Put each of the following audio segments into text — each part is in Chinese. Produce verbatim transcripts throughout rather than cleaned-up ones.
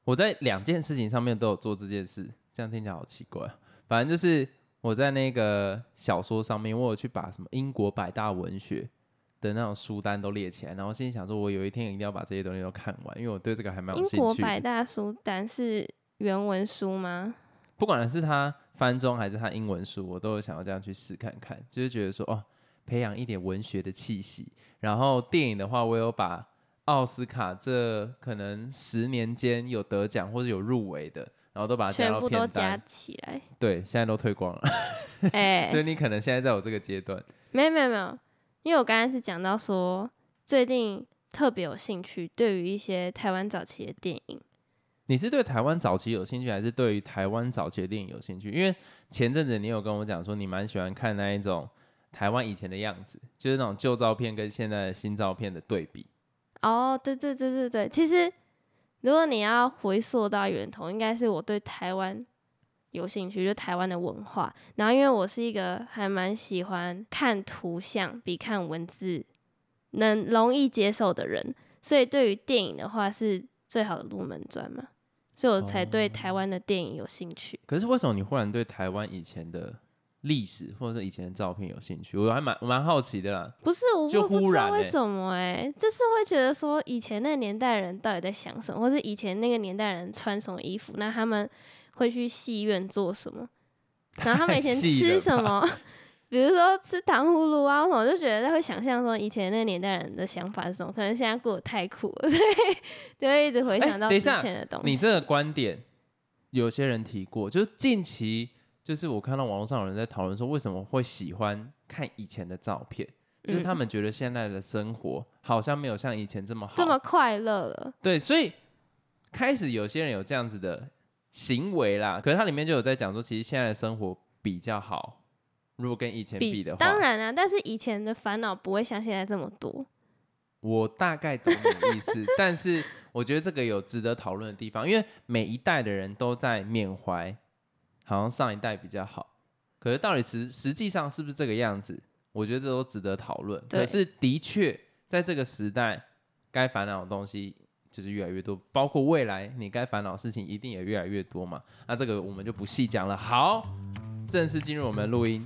我在两件事情上面都有做这件事，这样听起来好奇怪、啊。反正就是我在那个小说上面，我有去把什么英国百大文学的那种书单都列起来，然后心里想说，我有一天一定要把这些东西都看完，因为我对这个还蛮有兴趣的。 英国百大书单是原文书吗？ 不管是他翻中还是他英文书，我都有想要这样去试看看，就是觉得说哦，培养一点文学的气息。然后电影的话，我有把奥斯卡这可能十年间有得奖或者有入围的，然后都把它加到片单， 全部都加起来。 对，现在都退光了。哎、欸，所以你可能现在在我这个阶段， 没有没有没有，因为我刚才是讲到说，最近特别有兴趣对于一些台湾早期的电影。 你是对台湾早期有兴趣，还是对于台湾早期的电影有兴趣？因为前阵子你有跟我讲说，你蛮喜欢看那一种台湾以前的样子，就是那种旧照片跟现在的新照片的对比。 哦，对对对对对，其实如果你要回溯到源头，应该是我对台湾有兴趣，就台湾的文化。然后因为我是一个还蛮喜欢看图像比看文字能容易接受的人，所以对于电影的话是最好的入门砖嘛。所以我才对台湾的电影有兴趣、哦。 可是为什么你忽然对台湾以前的历史或者是以前的照片有兴趣？我还蛮我蛮好奇的啦。 不是，我就忽然、欸、 不知道为什么哎、欸，就是会觉得说以前那个年代人到底在想什么，或是以前那个年代人穿什么衣服，那他们会去戏院做什么，然后他们以前吃什么。比如说吃糖葫芦啊，我就觉得会想象说以前那个年代人的想法是什么，可能现在过得太酷了，所以就会一直回想到之前的东西。 欸、你这个观点，有些人提过，就是近期就是我看到网络上有人在讨论说，为什么会喜欢看以前的照片，嗯、就是他们觉得现在的生活好像没有像以前这么好， 这么快乐了。 对，所以开始有些人有这样子的行为啦，可是它里面就有在讲说，其实现在的生活比较好。如果跟以前比的话， 当然啊，但是以前的烦恼不会像现在这么多。 我大概懂你的意思，但是我觉得这个有值得讨论的地方，因为每一代的人都在缅怀，好像上一代比较好，可是到底实实际上是不是这个样子？我觉得这都值得讨论。可是的确，在这个时代，该烦恼的东西就是越来越多，包括未来你该烦恼的事情一定也越来越多嘛。那这个我们就不细讲了。好，正式进入我们的录音。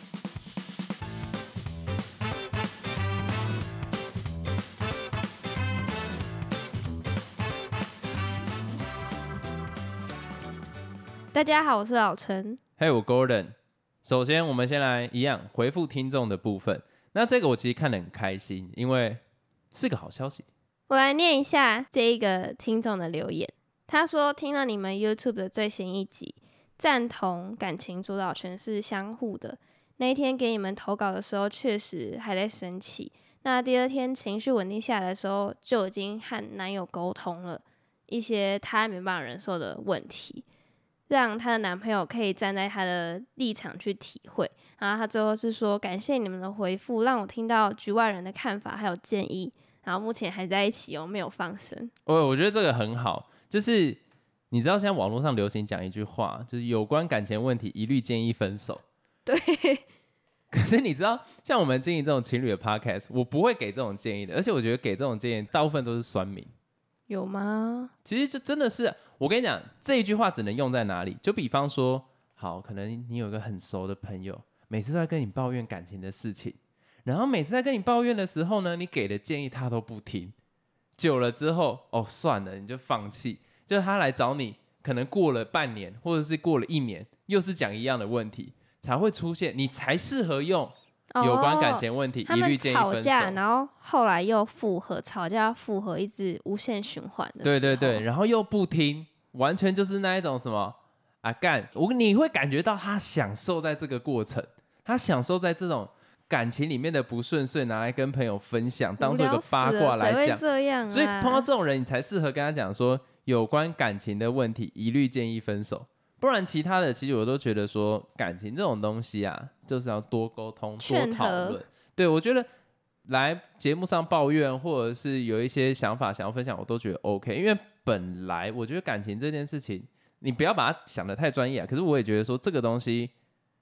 大家好，我是老陈。 嘿、hey, 我 Gordon。首先，我们先来一样回复听众的部分。那这个我其实看得很开心，因为是个好消息。 我来念一下这一个听众的留言。他说听了你们 YouTube 的最新一集，赞同感情主导权是相互的。那一天给你们投稿的时候，确实还在生气。那第二天情绪稳定下来的时候，就已经和男友沟通了一些他没办法忍受的问题，让她的男朋友可以站在她的立场去体会。然后她最后是说，感谢你们的回复，让我听到局外人的看法还有建议。然后目前还在一起哦，没有放生。 我我觉得这个很好，就是你知道现在网络上流行讲一句话，就是有关感情问题一律建议分手。 对。 可是你知道，像我们经营这种情侣的 podcast， 我不会给这种建议的，而且我觉得给这种建议大部分都是酸民。 有吗？ 其实就真的是，我跟你讲，这一句话只能用在哪里？就比方说，好，可能你有一个很熟的朋友，每次都在跟你抱怨感情的事情，然后每次在跟你抱怨的时候呢，你给的建议他都不听，久了之后，哦，算了，你就放弃。就是他来找你，可能过了半年，或者是过了一年，又是讲一样的问题，才会出现，你才适合用有关感情问题、哦、一律建议分手。他们吵架， 然后后来又复合，吵架复合，一直无限循环的时候。 对对对，然后又不听，完全就是那一种什么啊干，我你会感觉到他享受在这个过程，他享受在这种感情里面的不顺遂，拿来跟朋友分享，当做一个八卦来讲。 这样啊、 所以碰到这种人，你才适合跟他讲说，有关感情的问题，一律建议分手。不然其他的其实我都觉得说感情这种东西啊，就是要多沟通多讨论。对，我觉得来节目上抱怨或者是有一些想法想要分享，我都觉得 OK。因为本来我觉得感情这件事情，你不要把它想得太专业啊，可是我也觉得说这个东西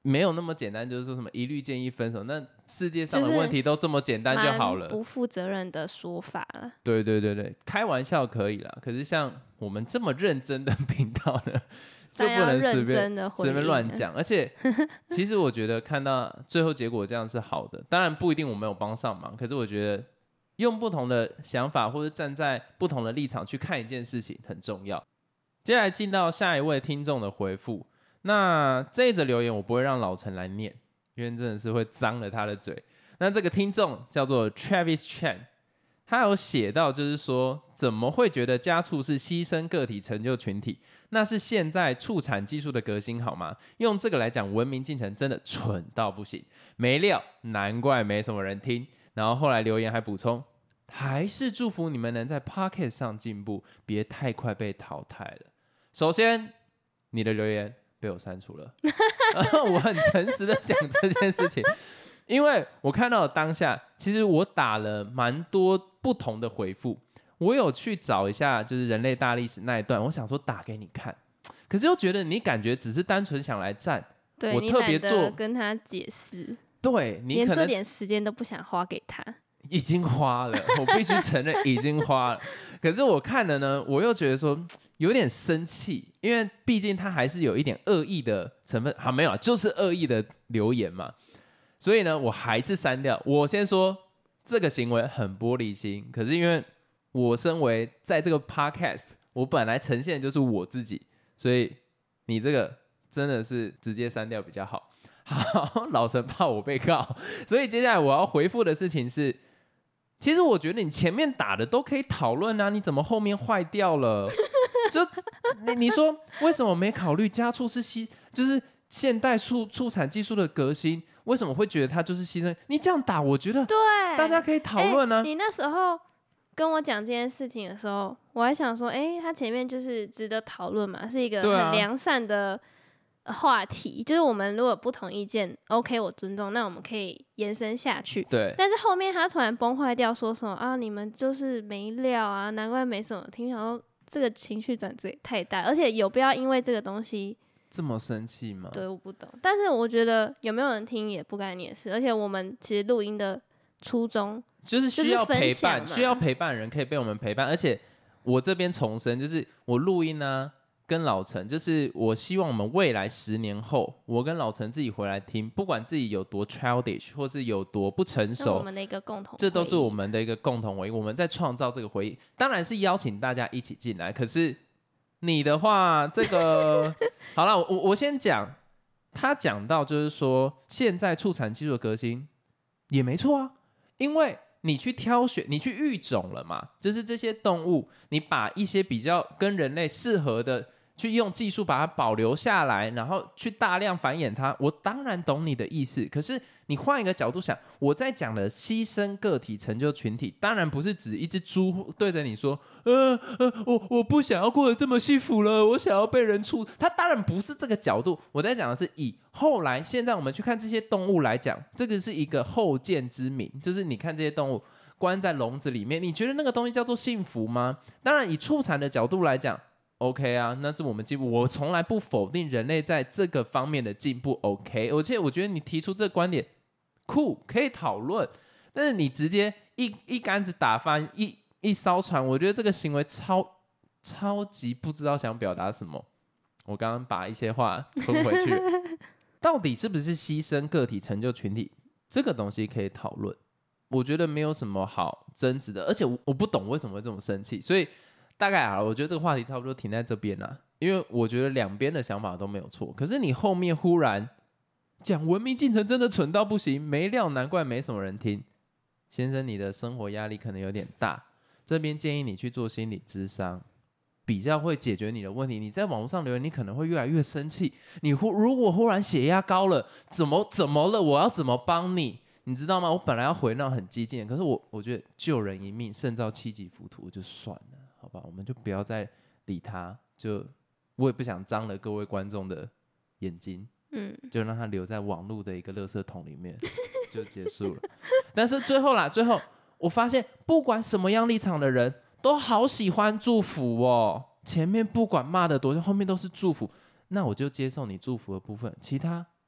没有那么简单，就是说什么一律建议分手，那世界上的问题都这么简单就好了， 不负责任的说法了。 对对对对，开玩笑可以啦，可是像我们这么认真的频道呢，就不能随便随便乱讲。而且其实我觉得看到最后结果这样是好的，当然不一定我们有帮上忙，可是我觉得用不同的想法或者站在不同的立场去看一件事情很重要。接下来进到下一位听众的回复，那这一则留言我不会让老陈来念，因为真的是会脏了他的嘴。那这个听众叫做 Travis Chan， 他有写到就是说怎么会觉得家畜是牺牲个体成就群体，那是现在畜产技术的革新好吗？用这个来讲文明进程真的蠢到不行，没料难怪没什么人听。然后后来留言还补充，还是祝福你们能在 Podcast 上进步，别太快被淘汰了。首先你的留言被我删除了我很诚实的讲这件事情，因为我看到当下其实我打了蛮多不同的回复，我有去找一下就是人类大历史那一段，我想说打给你看，可是又觉得你感觉只是单纯想来赞， 对， 我特别做跟他解释， 对，你可能连这点时间都不想花给他， 已经花了，我必须承认已经花了。可是我看了呢，我又觉得说有点生气，因为毕竟他还是有一点恶意的成分，好没有啊，就是恶意的留言嘛。所以呢，我还是删掉。我先说这个行为很玻璃心，可是因为我身为在这个 podcast， 我本来呈现的就是我自己，所以你这个真的是直接删掉比较好。好，老陈怕我被告，所以接下来我要回复的事情是，其实我觉得你前面打的都可以讨论啊，你怎么后面坏掉了？就 你, 你说为什么没考虑家畜是牺，就是现代畜畜产技术的革新，为什么会觉得它就是牺牲？你这样打，我觉得对， 大家可以讨论啊、欸。 你那时候跟我讲这件事情的时候，我还想说，哎、欸，他前面就是值得讨论嘛，是一个很良善的话题，就是我们如果有不同意见 ，OK， 我尊重，那我们可以延伸下去。 对。 但是后面他突然崩坏掉，说什么啊，你们就是没料啊，难怪没什么听。想说这个情绪转折也太大，而且有必要因为这个东西这么生气吗？ 对，我不懂。但是我觉得有没有人听也不干你的事，而且我们其实录音的初衷就是需要陪伴， 就是、 需要陪伴的人可以被我们陪伴。而且我这边重申，就是我录音呢、啊。跟老陈，就是我希望我们未来十年后，我跟老陈自己回来听，不管自己有多 childish 或是有多不成熟， 我们的一个共同回忆， 这都是我们的一个共同回忆。我们在创造这个回忆，当然是邀请大家一起进来。可是你的话，这个好了，我我先讲，他讲到就是说，现在畜产技术的革新也没错啊，因为你去挑选，你去育种了嘛，就是这些动物，你把一些比较跟人类适合的。去用技术把它保留下来，然后去大量繁衍它，我当然懂你的意思。可是你换一个角度想，我在讲的牺牲个体成就群体，当然不是指一只猪对着你说，呃呃，我我不想要过得这么幸福了，我想要被人畜。它当然不是这个角度，我在讲的是以后来现在我们去看这些动物来讲，这个是一个后见之明，就是你看这些动物关在笼子里面，你觉得那个东西叫做幸福吗？当然以畜产的角度来讲。OK 啊，那是我们进步。我从来不否定人类在这个方面的进步 ，OK。而且我觉得你提出这个观点，酷，可以讨论。但是你直接一一竿子打翻一一艘船，我觉得这个行为超超级不知道想表达什么。我刚刚把一些话吞回去，到底是不是牺牲个体成就群体？这个东西可以讨论。我觉得没有什么好争执的，而且 我, 我不懂为什么会这么生气，所以。大概啊，我觉得这个话题差不多停在这边啦，因为我觉得两边的想法都没有错。可是你后面忽然讲文明进程真的蠢到不行，没料难怪没什么人听。先生，你的生活压力可能有点大，这边建议你去做心理咨商，比较会解决你的问题。你在网络上留言，你可能会越来越生气。你忽如果忽然血压高了，怎么怎么了？我要怎么帮你？你知道吗？我本来要回那很激进，可是我我觉得救人一命胜造七级浮屠，就算了。好吧，我们就不要再理他，就我也不想脏了各位观众的眼睛，嗯，就让他留在网络的一个垃圾桶里面，就结束了。但是最后啦，最后我发现，不管什么样立场的人都好喜欢祝福哦。前面不管骂的多，后面都是祝福，那我就接受你祝福的部分，其他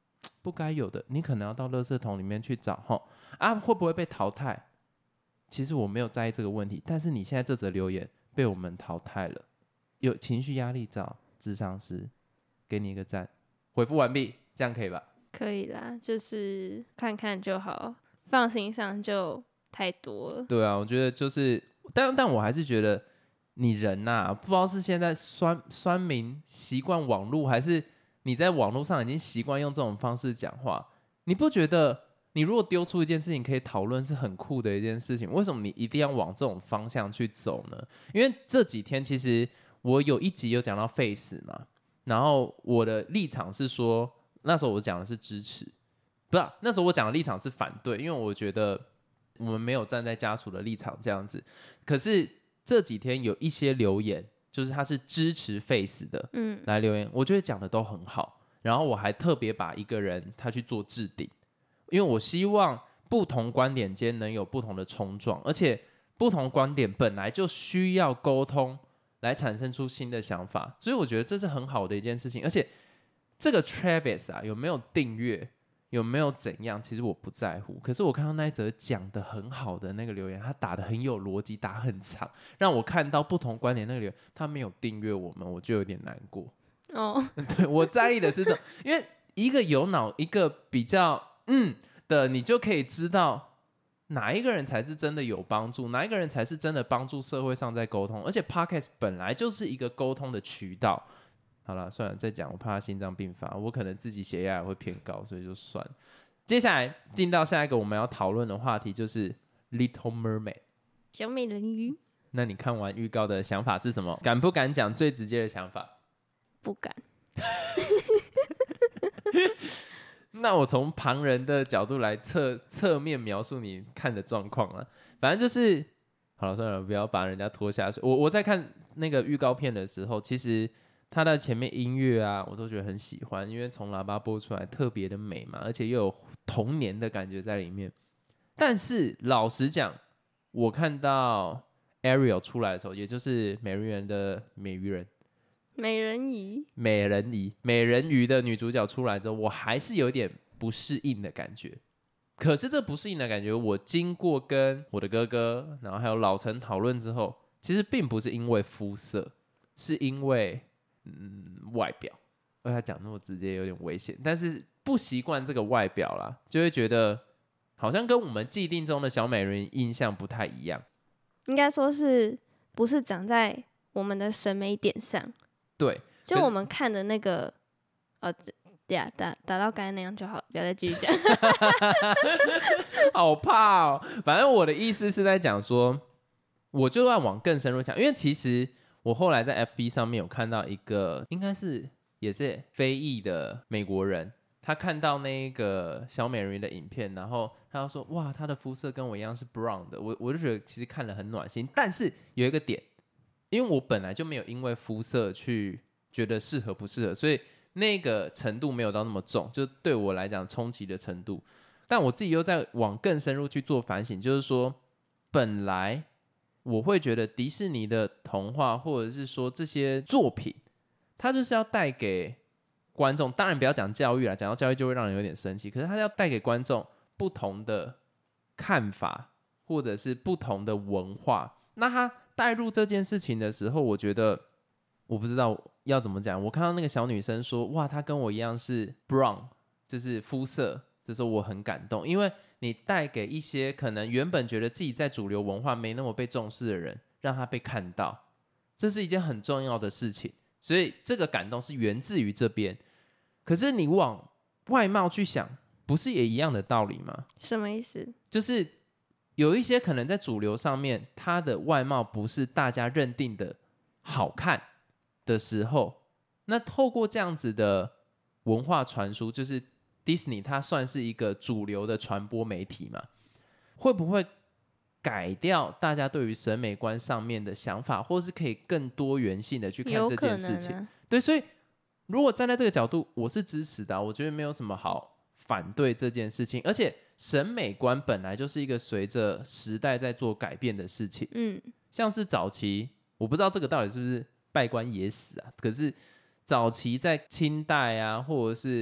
不该有的，你可能要到垃圾桶里面去找齁啊，会不会被淘汰？其实我没有在意这个问题，但是你现在这则留言被我们淘汰了，有情绪压力找諮商師，給你一個讚，回復完畢，這樣可以吧？ 可以啦，就是看看就好，放心上就太多了。 对啊，我觉得就是，但但我还是觉得你人啊，不知道是现在酸酸民习惯网络，还是你在网络上已经习惯用这种方式讲话，你不觉得？你如果丢出一件事情可以讨论是很酷的一件事情，为什么你一定要往这种方向去走呢？因为这几天其实我有一集有讲到 Face 嘛，然后我的立场是说，那时候我讲的是支持，不是、啊、那时候我讲的立场是反对，因为我觉得我们没有站在家属的立场这样子。可是这几天有一些留言，就是他是支持 Face 的，嗯，来留言，我觉得讲的都很好，然后我还特别把一个人他去做置顶。因为我希望不同观点间能有不同的冲撞，而且不同观点本来就需要沟通来产生出新的想法，所以我觉得这是很好的一件事情。而且这个 Travis 啊，有没有订阅，有没有怎样，其实我不在乎。可是我看到那一则讲的很好的那个留言，他打的很有逻辑，打很长，让我看到不同观点那个留言，他没有订阅我们，我就有点难过。哦，对，我在意的是这种，因为一个有脑，一个比较。嗯的，你就可以知道哪一个人才是真的有帮助，哪一个人才是真的帮助社会上在沟通。而且 Podcast 本来就是一个沟通的渠道。好了，算了，再讲我怕他心脏病发，我可能自己血压也会偏高，所以就算了。接下来进到下一个我们要讨论的话题，就是 Little Mermaid 小美人鱼。 那你看完预告的想法是什么？敢不敢讲最直接的想法？ 不敢。 那我从旁人的角度来侧侧面描述你看的状况了。反正就是好了，算了，不要把人家拖下水。我我在看那个预告片的时候，其实它的前面音乐啊，我都觉得很喜欢，因为从喇叭播出来特别的美嘛，而且又有童年的感觉在里面。但是老实讲，我看到 Ariel 出来的时候，也就是美人鱼的美鱼人。 美人鱼， 美人鱼，美人鱼的女主角出来之后，我还是有点不适应的感觉。可是这不适应的感觉，我经过跟我的哥哥，然后还有老陈讨论之后，其实并不是因为肤色，是因为嗯外表。而他讲那么直接有点危险，但是不习惯这个外表啦，就会觉得好像跟我们既定中的小美人鱼印象不太一样。 应该说是不是长在我们的审美点上？ 对， 就我们看的那个，呃，对呀，打打到刚才那样就好了，不要再继续讲。 好怕哦！反正我的意思是在讲说，我就要往更深入讲，因为其实我后来在 F B 上面有看到一个，应该是也是非裔的美国人，他看到那个小美人鱼的影片，然后他就说：“哇，他的肤色跟我一样是 brown 的。”我我就觉得其实看了很暖心，但是有一个点。因为我本来就没有因为肤色去觉得适合不适合，所以那个程度没有到那么重，就对我来讲冲击的程度。但我自己又在往更深入去做反省，就是说，本来我会觉得迪士尼的童话或者是说这些作品，它就是要带给观众，当然不要讲教育啦，讲到教育就会让人有点生气，可是它要带给观众不同的看法，或者是不同的文化。那它带入这件事情的时候，我觉得我不知道要怎么讲。我看到那个小女生说：“哇，她跟我一样是 brown， 就是肤色。”这时候我很感动，因为你带给一些可能原本觉得自己在主流文化没那么被重视的人，让他被看到，这是一件很重要的事情。所以这个感动是源自于这边。可是你往外貌去想，不是也一样的道理吗？ 什么意思？ 就是有一些可能在主流上面，他的外貌不是大家认定的好看的时候，那透过这样子的文化传输，就是 Disney 它算是一个主流的传播媒体嘛，会不会改掉大家对于审美观上面的想法，或是可以更多元性的去看这件事情？啊、对，所以如果站在这个角度，我是支持的、啊，我觉得没有什么好反对这件事情，而且审美观本来就是一个随着时代在做改变的事情。嗯，像是早期，我不知道这个到底是不是拜官野史啊，可是早期在清代啊，或者是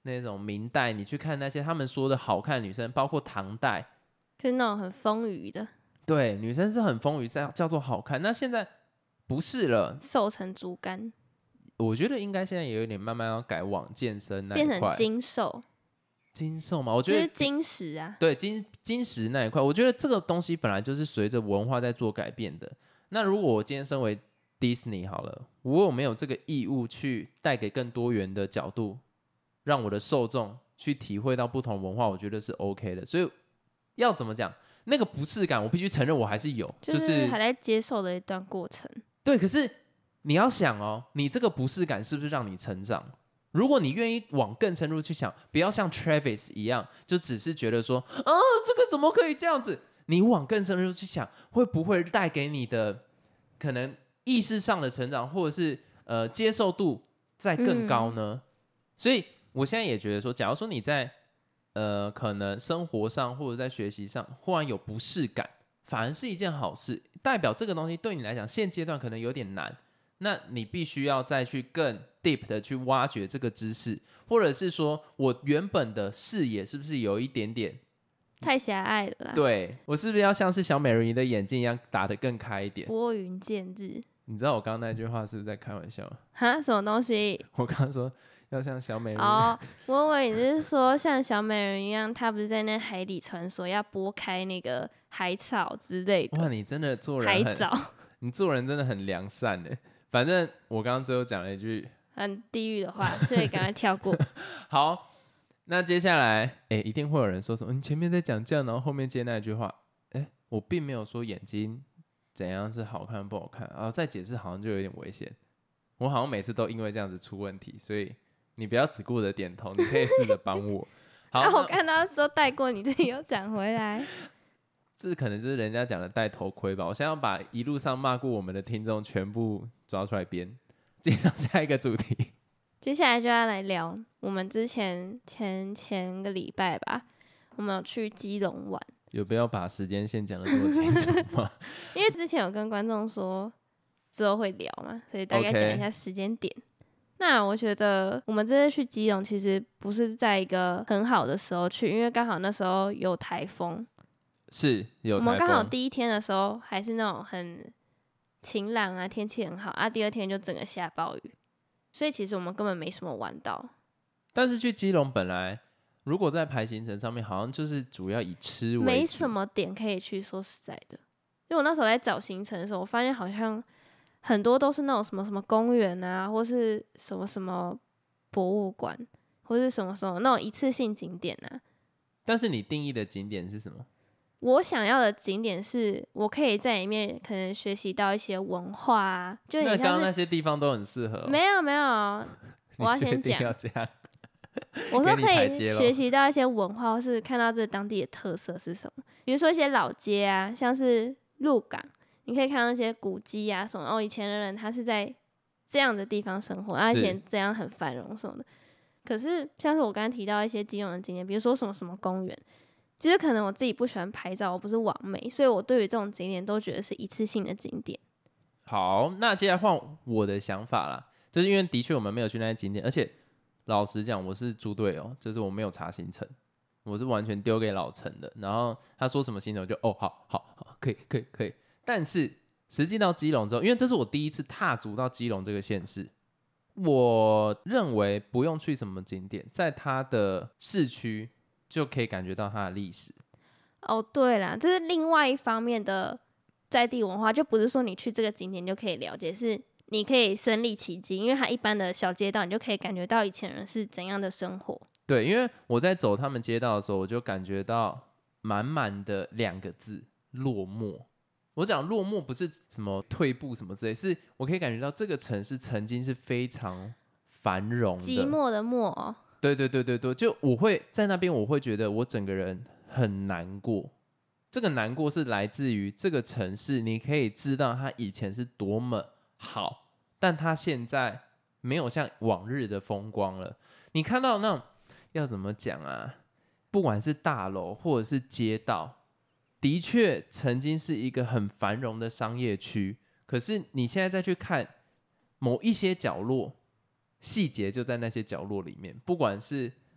那种明代，你去看那些他们说的好看的女生，包括唐代， 就是那种很丰腴的， 对，女生是很丰腴，叫做好看。那现在不是了， 瘦成竹竿， 我觉得应该现在也有点慢慢要改往健身那一块， 变成精瘦， 精瘦嘛，我觉得就是金石啊， 对金金石那一块，我觉得这个东西本来就是随着文化在做改变的。那如果我今天身为 Disney 好了，我有没有这个义务去带给更多元的角度，让我的受众去体会到不同文化？我觉得是 OK 的。所以要怎么讲，那个不适感，我必须承认我还是有， 就就是还在接受的一段过程。 对，可是你要想哦，你这个不适感是不是让你成长？如果你愿意往更深入去想，不要像 Travis 一样，就只是觉得说，啊，这个怎么可以这样子？你往更深入去想，会不会带给你的可能意识上的成长，或者是呃接受度再更高呢？嗯、所以我现在也觉得说，假如说你在呃可能生活上或者在学习上忽然有不适感，反而是一件好事，代表这个东西对你来讲现阶段可能有点难。那你必须要再去更 deep 的去挖掘这个知识，或者是说我原本的视野是不是有一点点太狭隘了啦？ 对，我是不是要像是小美人鱼的眼睛一样打得更开一点？ 拨云见日。 你知道我刚刚那句话是不是在开玩笑？ 哈，什么东西？ 我刚刚说要像小美人鱼。 哦，我以为你是说像小美人鱼一样，她不是在那海底传说，要拨开那个海草之类的。 哇，你真的做人很， 海藻， 你做人真的很良善耶。反正我刚刚最后讲了一句很地狱的话，所以赶快跳过。 好，那接下来，哎，一定会有人说什么？你前面在讲这样，然后后面接那句话，哎，我并没有说眼睛怎样是好看不好看，然后再解释好像就有点危险。我好像每次都因为这样子出问题，所以你不要只顾着点头，你可以试着帮我。好， 啊，我看到说带过，你自己又讲回来。 这可能就是人家讲的戴头盔吧。我现在要把一路上骂过我们的听众全部抓出来编，接到下一个主题。 接下来就要来聊我们之前前前个礼拜吧，我们有去基隆玩。 有必要把时间线讲得这么清楚吗？ 因为之前有跟观众说之后会聊嘛，所以大概讲一下时间点。Okay. 那我觉得我们这次去基隆其实不是在一个很好的时候去，因为刚好那时候有台风。 是有台风， 我们刚好第一天的时候还是那种很晴朗啊，天气很好啊，第二天就整个下暴雨，所以其实我们根本没什么玩到。 但是去基隆本来如果在排行程上面，好像就是主要以吃为主， 没什么点可以去。说实在的，因为我那时候在找行程的时候，我发现好像很多都是那种什么什么公园啊，或是什么什么博物馆，或是什么什么那种一次性景点啊。 但是你定义的景点是什么？ 我想要的景点是我可以在里面可能学习到一些文化啊，就那刚刚那些地方都很适合、哦。 没有没有，我要先讲。我说可以学习到一些文化，或是看到这当地的特色是什么。比如说一些老街啊，像是鹿港，你可以看到那些古迹啊什么。哦，以前的人他是在这样的地方生活，啊，以前这样很繁荣什么的。可是像是我刚刚提到一些基隆的景点，比如说什么什么公园。其实可能我自己不喜欢拍照，我不是网美，所以我对于这种景点都觉得是一次性的景点。 好，那接下来换我的想法啦，就是因为的确我们没有去那些景点，而且老实讲，我是猪队友，就是我没有查行程，我是完全丢给老陈的。然后他说什么行程，我就哦，好好好，可以可以可以。但是实际到基隆之后，因为这是我第一次踏足到基隆这个县市，我认为不用去什么景点，在它的市区。就可以感觉到它的历史。 哦，对啦，这是另外一方面的在地文化，就不是说你去这个景点就可以了解，是你可以身临其境，因为它一般的小街道，你就可以感觉到以前人是怎样的生活。 对，因为我在走他们街道的时候，我就感觉到满满的两个字：落寞。我讲落寞不是什么退步什么之类，是我可以感觉到这个城市曾经是非常繁荣的。 寂寞的寞、哦。 对对对对对，就我会在那边，我会觉得我整个人很难过。这个难过是来自于这个城市，你可以知道它以前是多么好，但它现在没有像往日的风光了。你看到那种要怎么讲啊？不管是大楼或者是街道，的确曾经是一个很繁荣的商业区，可是你现在再去看某一些角落。细节就在那些角落里面，不管是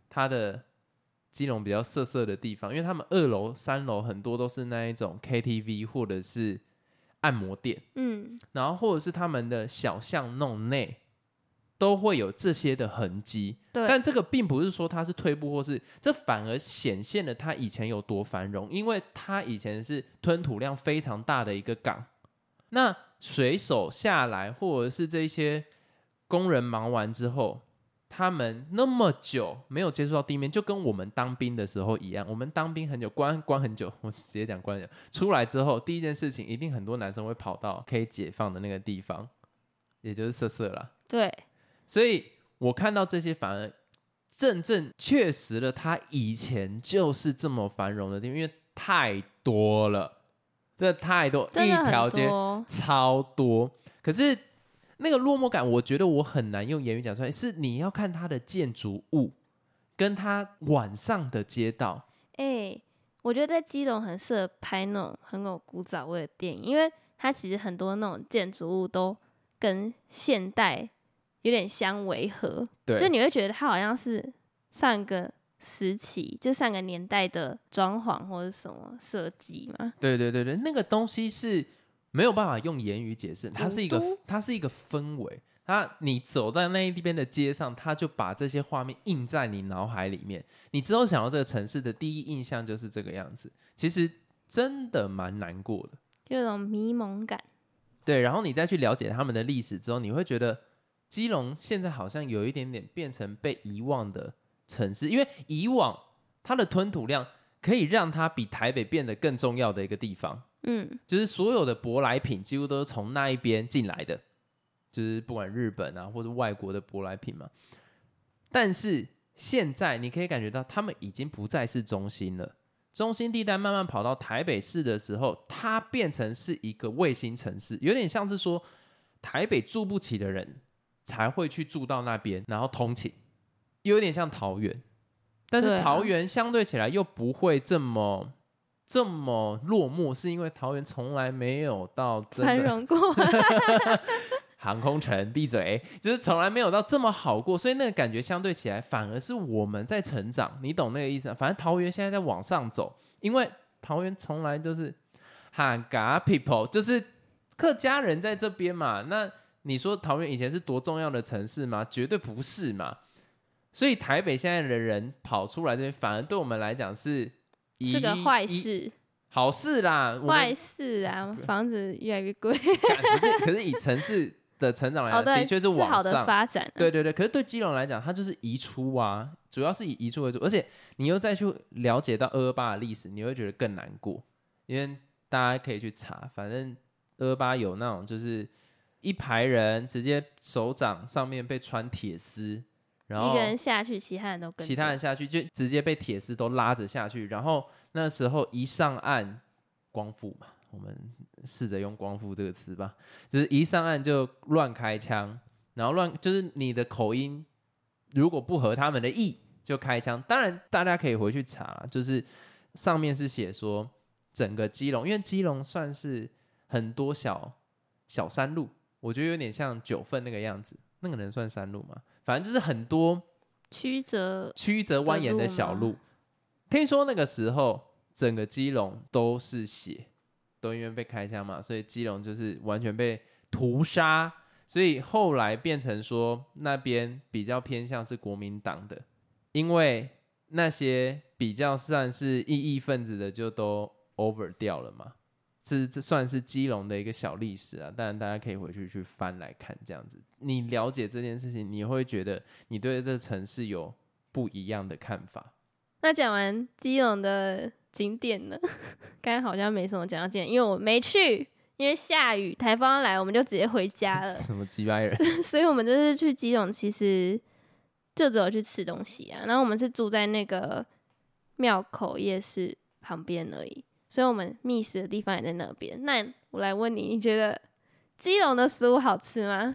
它的基隆比较色色的地方，因为他们二楼三楼很多都是那一种 K T V 或者是按摩店， 嗯， 然后或者是他们的小巷弄内都会有这些的痕迹，但这个并不是说它是退步，或是这反而显现了它以前有多繁荣，因为它以前是吞吐量非常大的一个港，那水手下来或者是这些工人忙完之后，他们那么久没有接触到地面，就跟我们当兵的时候一样，我们当兵很久，关关很久，我直接讲关很久，出来之后第一件事情一定很多男生会跑到可以解放的那个地方，也就是色色啦， 对， 所以我看到这些反而正正确实了他以前就是这么繁荣的地方，因为太多了，这太多，一条街超多，可是那个落寞感我觉得我很难用言语讲出来，是你要看它的建筑物跟它晚上的街道。 哎、欸，我觉得在基隆很适合拍那种很有古早味的电影，因为它其实很多那种建筑物都跟现代有点相违和，就你会觉得它好像是上个时期，就上个年代的装潢或者什么设计嘛。 对对对对，那个东西是没有办法用言语解释，它是一个它是一个氛围，它你走在那一边的街上，它就把这些画面印在你脑海里面，你之后想到这个城市的第一印象就是这个样子，其实真的蛮难过的， 有种迷蒙感。 对，然后你再去了解他们的历史之后，你会觉得基隆现在好像有一点点变成被遗忘的城市，因为以往它的吞吐量可以让它比台北变得更重要的一个地方。嗯，就是所有的舶来品几乎都是从那一边进来的，就是不管日本啊或者外国的舶来品嘛。但是现在你可以感觉到他们已经不再是中心了，中心地带慢慢跑到台北市的时候，它变成是一个卫星城市，有点像是说台北住不起的人才会去住到那边，然后通勤，有点像桃园，但是桃园相对起来又不会这么这么落寞，是因为桃园从来没有到真的繁荣过航空城闭嘴，就是从来没有到这么好过，所以那个感觉相对起来反而是我们在成长，你懂那个意思吗？反正桃园现在在往上走，因为桃园从来就是汉嘎 people， 就是客家人在这边嘛，那你说桃园以前是多重要的城市吗？绝对不是嘛，所以台北现在的人跑出来这边，反而对我们来讲是是个坏事， 好事啦， 坏事啊，房子越来越贵。 可是可是以城市的成长来讲， 哦、 的确是往上， 是好的发展、啊。 对对对，可是对基隆来讲，它就是移出啊，主要是以移出为主，而且你又再去了解到二二八的历史，你会觉得更难过，因为大家可以去查，反正二二八有那种就是一排人直接手掌上面被穿铁丝。然后一个人下去，其他人都跟着， 其他人下去就直接被铁丝都拉着下去，然后那时候一上岸，光复嘛，我们试着用光复这个词吧，就是一上岸就乱开枪，然后乱就是你的口音如果不合他们的意就开枪，当然大家可以回去查啦，就是上面是写说整个基隆，因为基隆算是很多小小山路，我觉得有点像九份那个样子，那个能算山路吗？反正就是很多曲折曲折蜿蜒的小路。听说那个时候整个基隆都是血，都因为被开枪嘛，所以基隆就是完全被屠杀。所以后来变成说那边比较偏向是国民党的，因为那些比较算是异议分子的就都 over 掉了嘛。这这算是基隆的一个小历史啊，当然大家可以回去去翻来看，这样子你了解这件事情，你会觉得你对这个城市有不一样的看法。 那讲完基隆的景点呢，刚才好像没什么讲到景点，因为我没去，因为下雨，台风要来，我们就直接回家了。 什么鸡掰人？ 所以我们这次去基隆，其实就只有去吃东西啊，然后我们是住在那个庙口夜市旁边而已。所以我们觅食的地方也在那边。那我来问你，你觉得基隆的食物好吃吗？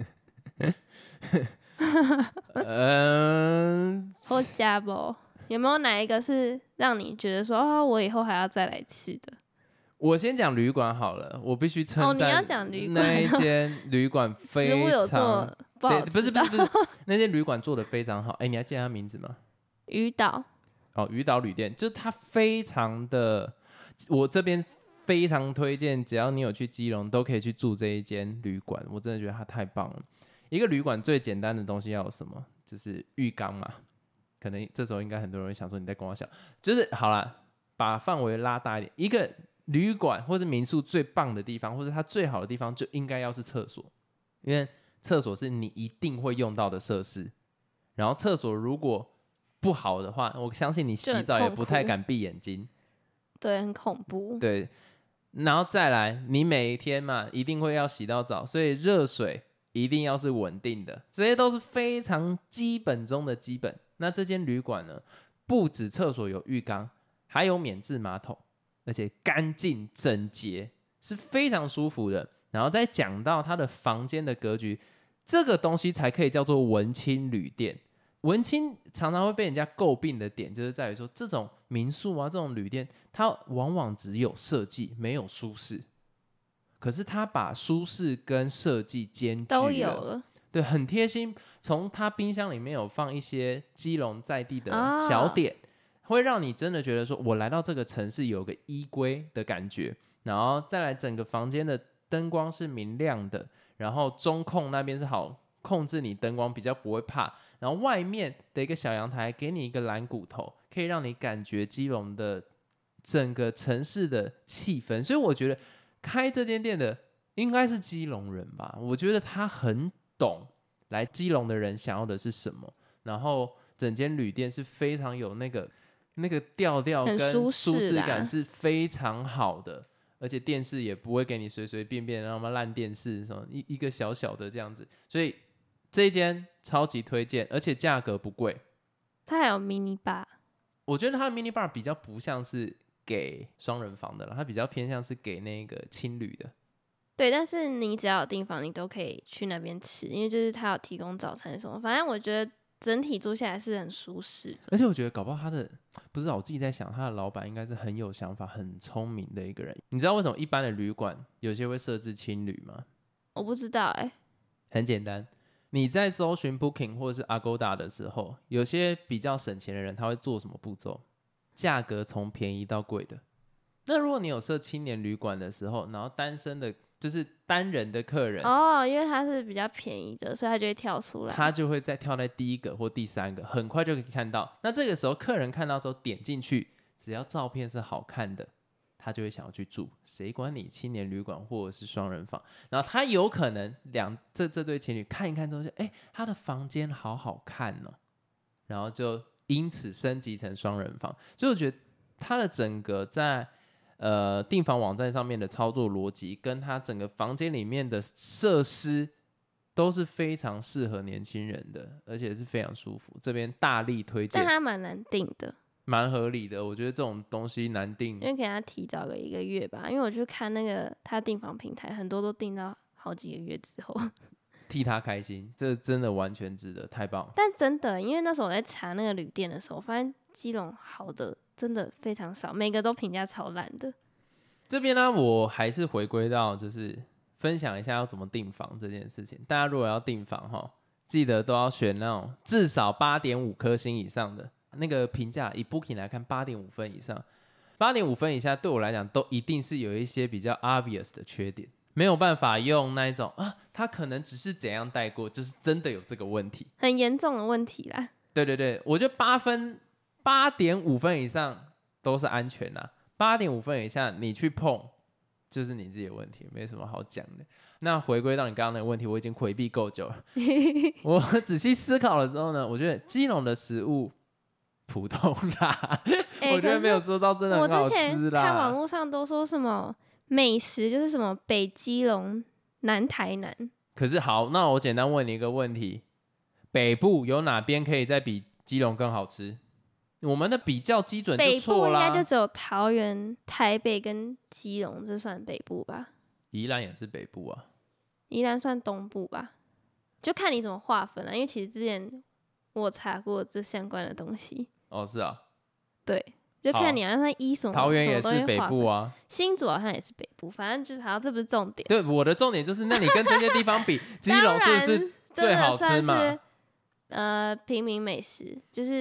嗯，或家不？有没有哪一个是让你觉得说，哦，我以后还要再来吃的？ 我先讲旅馆好了，我必须称赞。 哦，你要讲旅馆、哦， 那一间旅馆非常食物有做不好吃， 不是不是不是，那间旅馆做的非常好。哎、欸，你还记得他名字吗？ 渔岛哦，渔岛旅店就是它非常的，我这边非常推荐，只要你有去基隆，都可以去住这一间旅馆。我真的觉得它太棒了。一个旅馆最简单的东西要有什么？就是浴缸嘛。可能这时候应该很多人会想说你在跟我讲，就是好啦，把范围拉大一点。一个旅馆或是民宿最棒的地方，或者它最好的地方，就应该要是厕所，因为厕所是你一定会用到的设施。然后厕所如果不好的话，我相信你洗澡也不太敢闭眼睛， 对，很恐怖。 对，然后再来，你每一天嘛一定会要洗到澡，所以热水一定要是稳定的，这些都是非常基本中的基本。那这间旅馆呢，不止厕所有浴缸，还有免治马桶，而且干净整洁，是非常舒服的。然后再讲到它的房间的格局，这个东西才可以叫做文青旅店。文青常常会被人家诟病的点，就是在于说，这种民宿啊，这种旅店，它往往只有设计，没有舒适。可是它把舒适跟设计兼具了， 都有了， 对，很贴心。从它冰箱里面有放一些基隆在地的小点，啊、会让你真的觉得说，我来到这个城市有个依归的感觉。然后再来，整个房间的灯光是明亮的，然后中控那边是好控制你灯光，比较不会怕。然后外面的一个小阳台给你一个蓝骨头，可以让你感觉基隆的整个城市的气氛。所以我觉得开这间店的应该是基隆人吧，我觉得他很懂来基隆的人想要的是什么。然后整间旅店是非常有那个那个调调跟舒适感是非常好的，而且电视也不会给你随随便便让他们烂电视什么 一, 一个小小的这样子，所以这一间超级推荐，而且价格不贵。 它还有 mini bar， 我觉得它的 mini bar 比较不像是给双人房的了，它比较偏向是给那个青旅的。 对，但是你只要有订房，你都可以去那边吃，因为就是它有提供早餐什么。反正我觉得整体住下来是很舒适的。 而且我觉得搞不好他的不知道，我自己在想，他的老板应该是很有想法、很聪明的一个人。你知道为什么一般的旅馆有些会设置青旅吗？ 我不知道哎、欸。 很简单。你在搜寻 Booking 或者是 Agoda 的时候，有些比较省钱的人他会做什么步骤？价格从便宜到贵的。那如果你有设青年旅馆的时候，然后单身的就是单人的客人哦，因为它是比较便宜的，所以他就会跳出来， 他就会再跳在第一个或第三个，很快就可以看到。那这个时候客人看到之后点进去，只要照片是好看的，他就会想要去住，谁管你青年旅馆或者是双人房。然后他有可能两 这, 这对情侣看一看之后就哎，他的房间好好看哦，然后就因此升级成双人房。所以我觉得他的整个在呃订房网站上面的操作逻辑，跟他整个房间里面的设施都是非常适合年轻人的，而且是非常舒服。这边大力推荐， 但他蛮难订的。 蛮合理的，我觉得这种东西难订， 因为给他提早个一个月吧。因为我去看那个他订房平台，很多都订到好几个月之后。 替他开心，这真的完全值得，太棒了。 但真的，因为那时候我在查那个旅店的时候，我发现基隆好的真的非常少，每个都评价超烂的。 这边呢，我还是回归到就是分享一下要怎么订房这件事情。大家如果要订房哈，记得都要选那种至少八点五颗星以上的。那个评价以 Booking 来看，八点五分以上，八点五分以下，对我来讲都一定是有一些比较 obvious 的缺点，没有办法用那一种啊，他可能只是怎样带过，就是真的有这个问题， 很严重的问题啦。 对对对，我觉得八分，八点五分以上都是安全啦，八点五分以下你去碰，就是你自己的问题，没什么好讲的。那回归到你刚刚那个问题，我已经回避够久了。我仔细思考了之后呢，我觉得基隆的食物普通啦，欸、我觉得没有说到真的很好吃啦。 我之前看网络上都说什么美食就是什么北基隆、南台南。 可是好，那我简单问你一个问题：北部有哪边可以再比基隆更好吃？我们的比较基准就错啦。 北部应该就只有桃园、台北跟基隆，这算北部吧？ 宜兰也是北部啊。 宜兰算东部吧？就看你怎么划分啊。因为其实之前我查过这相关的东西。 哦，是啊， 对，就看你好像依什么， 桃园也是北部啊， 新竹好像也是北部，反正就是好像这不是重点。 对，我的重点就是，那你跟这些地方比，基隆是不是最好吃嘛？ 呃，平民美食就是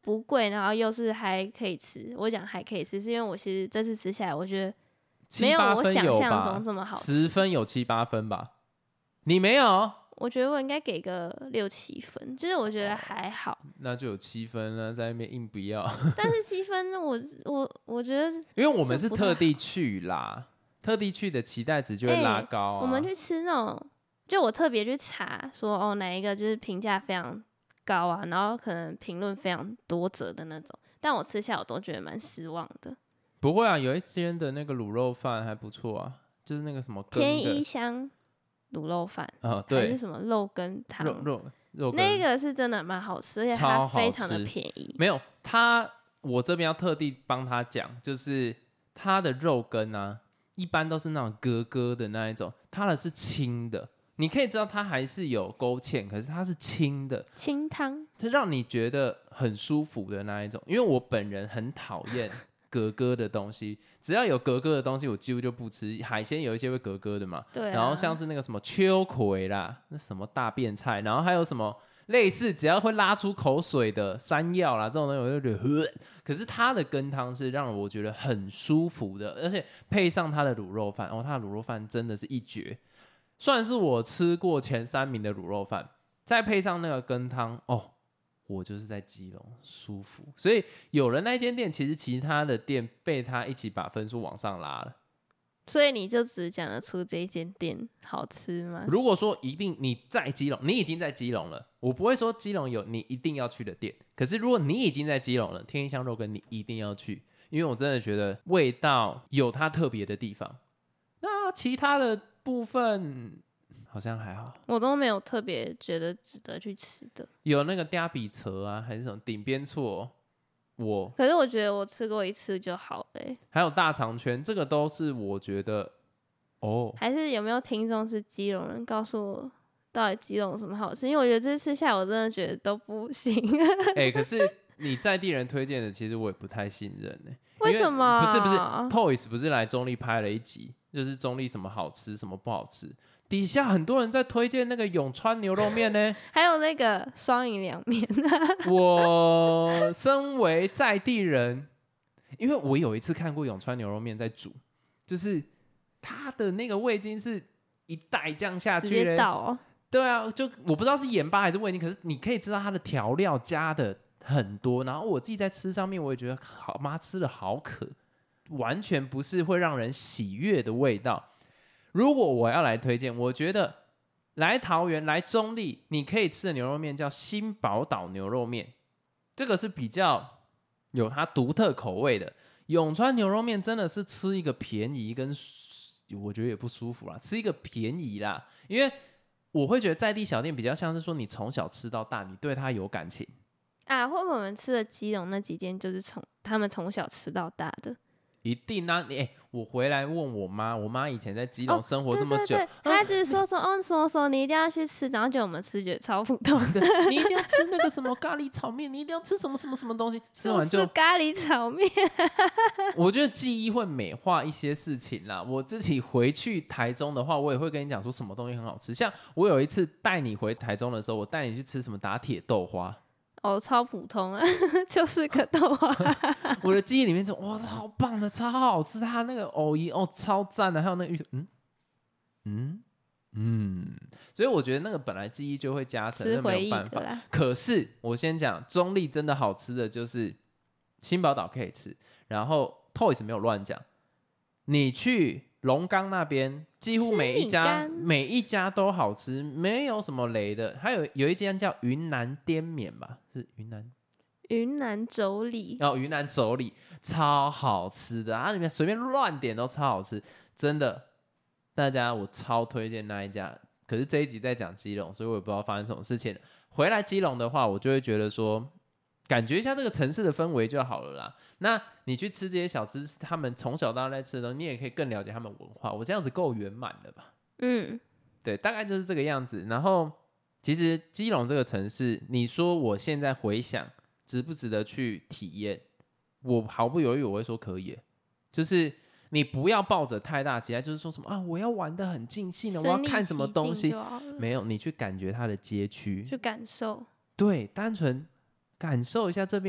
不贵，然后又是还可以吃。我讲还可以吃，是因为我其实这次吃下来，我觉得没有我想象中这么好吃。 十分有七八分吧？你没有？ 我觉得我应该给个六七分，就是我觉得还好。哦、 那就有七分了，在那边硬不要。 但是七分，我我我觉得， 因为我们是特地去啦，特地去的期待值就会拉高啊。 欸、我们去吃那种，就我特别去查说，哦，哪一个就是评价非常高啊，然后可能评论非常多折的那种，但我吃下我都觉得蛮失望的。 不会啊，有一间的那个卤肉饭还不错啊，就是那个什么天一香卤肉饭， 哦，对， 还是什么肉羹汤， 肉肉肉羹， 那个是真的蛮好吃，而且它非常的便宜。 没有它，我这边要特地帮他讲，就是它的肉羹啊，一般都是那种咯咯的那一种，它的是清的。你可以知道它还是有勾芡，可是它是清的清汤， 是让你觉得很舒服的那一种。因为我本人很讨厌咯咯的东西，只要有咯咯的东西，我几乎就不吃。海鲜有一些会咯咯的嘛， 对、啊。 然后像是那个什么秋葵啦，那什么大便菜，然后还有什么类似只要会拉出口水的山药啦，这种东西我就觉得呵。可是它的羹汤是让我觉得很舒服的，而且配上它的卤肉饭，哦，它的卤肉饭真的是一绝。算是我吃过前三名的卤肉饭，再配上那个羹汤，哦，我就是在基隆舒服。所以有了那间店，其实其他的店被他一起把分数往上拉了。 所以你就只讲得出这一间店好吃吗？ 如果说一定你在基隆，你已经在基隆了，我不会说基隆有你一定要去的店。可是如果你已经在基隆了，天一香肉羹你一定要去，因为我真的觉得味道有它特别的地方。那其他的部分好像还好， 我都没有特别觉得值得去吃的。 有那个嗲比车啊，还是什么顶边错，我可是我觉得我吃过一次就好了、欸。 还有大肠圈，这个都是我觉得哦。 还是有没有听众是基隆人，告诉我到底基隆有什么好吃？因为我觉得这次吃下来，我真的觉得都不行。 哎、欸，可是你在地人推荐的，其实我也不太信任呢、欸。 为什么？ 不是不是 ，Toys 不是来中立拍了一集，就是中立什么好吃什么不好吃，底下很多人在推荐那个永川牛肉面呢， 还有那个双赢凉面。 我身为在地人，因为我有一次看过永川牛肉面在煮，就是它的那个味精是一袋酱下去嘞，直接倒哦。 对啊，就我不知道是盐巴还是味精，可是你可以知道它的调料加的很多，然后我自己在吃上面，我也觉得好妈吃的好渴，完全不是会让人喜悦的味道。如果我要来推荐，我觉得来桃园来中立，你可以吃的牛肉面叫新宝岛牛肉面，这个是比较有它独特口味的。永川牛肉面真的是吃一个便宜，跟我觉得也不舒服啦，吃一个便宜啦，因为我会觉得在地小店比较像是说你从小吃到大，你对它有感情。 啊，会不会我们吃的基隆那几间就是从他们从小吃到大的？ 一定啊！你、欸、我回来问我妈，我妈以前在基隆生活这么久， 哦、对对对她只是说说哦什么什么你一定要去吃，然后就我们吃觉得超普通的， 你一定要吃那个什么咖喱炒面，你一定要吃什么什么什么东西，吃完就咖喱炒面。 我觉得记忆会美化一些事情啦。我自己回去台中的话，我也会跟你讲说什么东西很好吃。像我有一次带你回台中的时候，我带你去吃什么打铁豆花。 哦，超普通啊，就是个豆花。 我的记忆里面就哇，超棒的，超好吃，它那个藕姨哦，超赞的，还有那个芋头，嗯嗯嗯，所以我觉得那个本来记忆就会加成，那没有办法。可是我先讲，中立真的好吃的就是新宝岛可以吃，然后 Toys 没有乱讲，你去龙岗那边几乎每一家每一家都好吃，没有什么雷的。还有有一间叫云南滇缅吧，是云南云南妯娌哦，云南妯娌超好吃的，它里面随便乱点都超好吃，真的。大家我超推荐那一家。可是这一集在讲基隆，所以我也不知道发生什么事情了。回来基隆的话，我就会觉得说，感觉一下这个城市的氛围就好了啦。那你去吃这些小吃，他们从小到大在吃的东西，你也可以更了解他们文化。我这样子够圆满的吧？ 嗯， 对，大概就是这个样子。然后，其实基隆这个城市，你说我现在回想值不值得去体验，我毫不犹豫我会说可以。就是你不要抱着太大期待，就是说什么啊，我要玩得很尽兴的，我要看什么东西，没有，你去感觉它的街区， 去感受， 对，单纯感受一下这边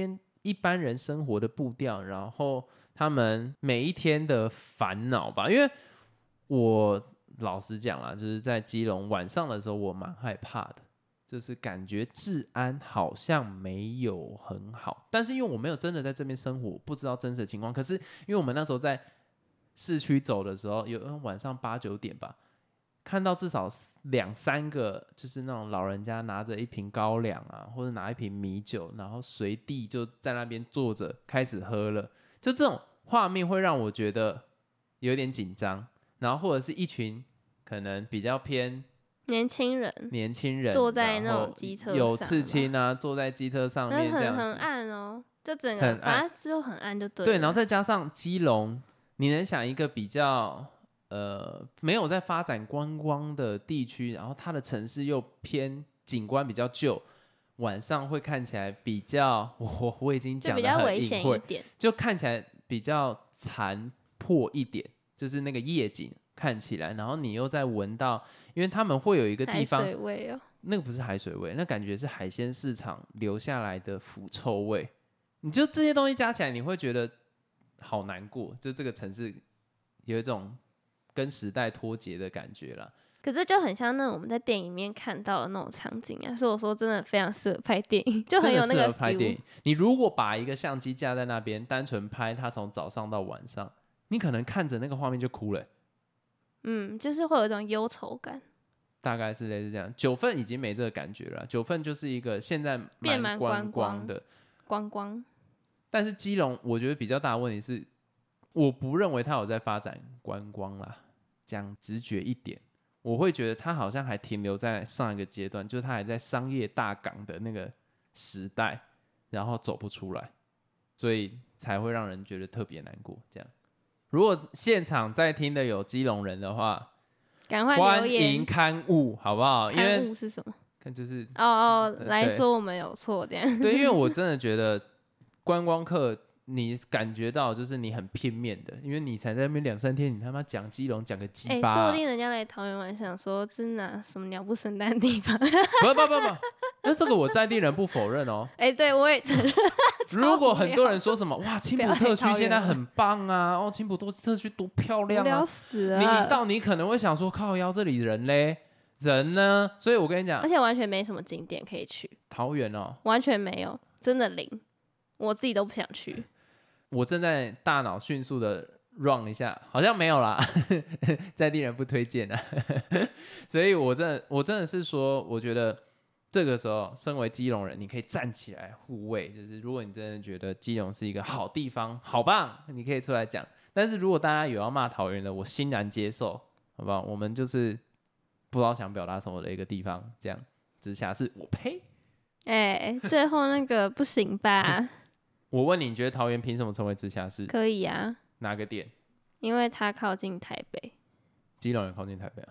一般人生活的步调，然后他们每一天的烦恼吧。因为我老实讲啦，就是在基隆晚上的时候，我蛮害怕的，就是感觉治安好像没有很好。但是因为我没有真的在这边生活，不知道真实的情况。可是因为我们那时候在市区走的时候，有晚上八九点吧，看到至少两三个，就是那种老人家拿着一瓶高粱啊，或者拿一瓶米酒，然后随地就在那边坐着开始喝了。就这种画面会让我觉得有点紧张。然后或者是一群可能比较偏年轻人， 年轻人坐在那种机车上， 有刺青啊，坐在机车上面这样子， 很很暗哦，就整个很暗， 反正就很暗就对了。 对，然后再加上基隆，你能想一个比较呃没有在发展观光的地区，然后它的城市又偏景观比较旧，晚上会看起来比较，我我已经讲得很隐晦，就看起来比较残破一点。就是那个夜景看起来，然后你又在闻到，因为他们会有一个地方海水味哦， 那个不是海水味，那感觉是海鲜市场留下来的腐臭味。你就这些东西加起来，你会觉得好难过，就这个城市有一种跟时代脱节的感觉啦。 可是就很像那我们在电影里面看到的那种场景啊，所以我说真的非常适合拍电影，就很有那个 feel。 真的适合拍电影。你如果把一个相机架在那边，单纯拍它从早上到晚上，你可能看着那个画面就哭了、欸。 嗯，就是会有一种忧愁感， 大概是类似这样。九份已经没这个感觉了，九份就是一个现在蛮观光的观光。 但是基隆我觉得比较大的问题是，我不认为它有在发展观光啦。讲直觉一点，我会觉得它好像还停留在上一个阶段，就是它还在商业大港的那个时代，然后走不出来，所以才会让人觉得特别难过。这样，如果现场在听的有基隆人的话， 赶快留言， 欢迎刊物，好不好？ 刊物是什么？ 看就是哦哦，来说我们有错这样。 对，因为我真的觉得观光客，你感觉到就是你很片面的，因为你才在那边两三天，你他妈讲基隆讲个鸡巴、啊， 哎、欸，说不定人家来桃园玩，想说这哪什么鸟不生蛋的地方？不不不不，那这个我在地人不否认哦。 哎、欸，对我也承认。 如果很多人说什么哇，青埔特区现在很棒啊，哦，青埔特区多漂亮啊， 无聊死了。 你一到你可能会想说，靠腰这里人嘞，人呢？所以我跟你讲， 而且完全没什么景点可以去。 桃园哦， 完全没有，真的零，我自己都不想去。 我正在大脑迅速的 run 一下，好像没有啦，在地人不推荐啊。所以我真的我真的是说，我觉得这个时候身为基隆人，你可以站起来护卫，就是如果你真的觉得基隆是一个好地方，好棒，你可以出来讲。但是如果大家有要骂桃园的，我欣然接受，好不好？我们就是不知道想表达什么的一个地方，这样直辖市，我呸！ 哎、欸，最后那个不行吧？ 我问你，你觉得桃园凭什么成为直辖市？ 可以啊， 哪个点？ 因为它靠近台北。 基隆也靠近台北啊。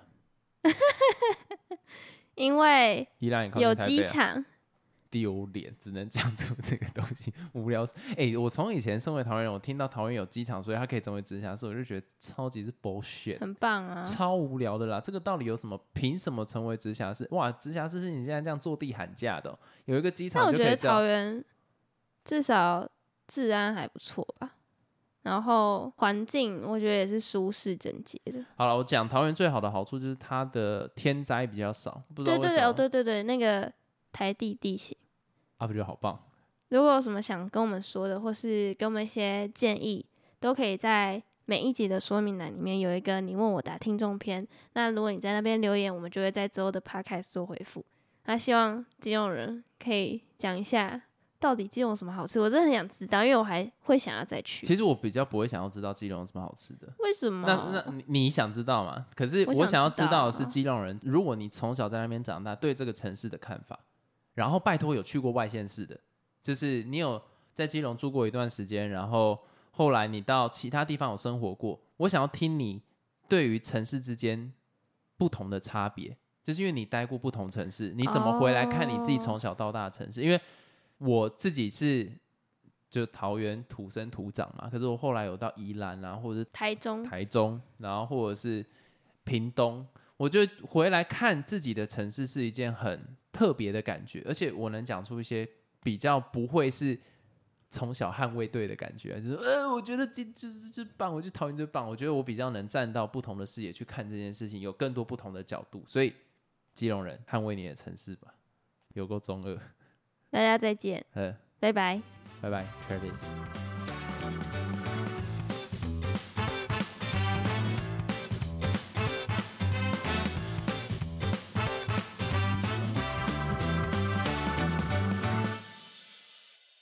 因为宜兰也靠近台北啊， 有机场。 丢脸，只能讲出这个东西，无聊死。哎、欸，我从以前身为桃园人，我听到桃园有机场，所以它可以成为直辖市，我就觉得超级是 bullshit， 很棒啊， 超无聊的啦。这个到底有什么？凭什么成为直辖市？哇，直辖市是你现在这样坐地喊价的、喔，有一个机场就可以叫。 但我觉得桃园至少治安还不错吧，然后环境我觉得也是舒适整洁的。 好了，我讲桃园最好的好处就是它的天灾比较少，不知道为什么。 对对对，哦对对对，那个台地地形。 啊，不就好棒？ 如果有什么想跟我们说的，或是给我们一些建议，都可以在每一集的说明栏里面有一个你问我答听众篇。那如果你在那边留言，我们就会在之后的 podcast 做回复。那希望基隆人可以讲一下，到底基隆有什么好吃？我真的很想知道，因为我还会想要再去。 其实我比较不会想要知道基隆有什么好吃的。 为什么？ 那那你你想知道吗？可是我想要知道的是基隆人，如果你从小在那边长大，对这个城市的看法。然后拜托有去过外县市的，就是你有在基隆住过一段时间，然后后来你到其他地方有生活过，我想要听你对于城市之间不同的差别，就是因为你待过不同城市，你怎么回来看你自己从小到大的城市？ Oh. 因为我自己是就桃园土生土长嘛，可是我后来有到宜兰啊，或者是台中、 台中，然后或者是屏东。我觉得回来看自己的城市是一件很特别的感觉，而且我能讲出一些比较不会是从小捍卫队的感觉，就是呃，我觉得这这这棒，我就讨厌这棒。我觉得我比较能站到不同的视野去看这件事情，有更多不同的角度。所以，基隆人捍卫你的城市吧，有够中二。 大家再见，拜拜， 拜拜 ，Travis。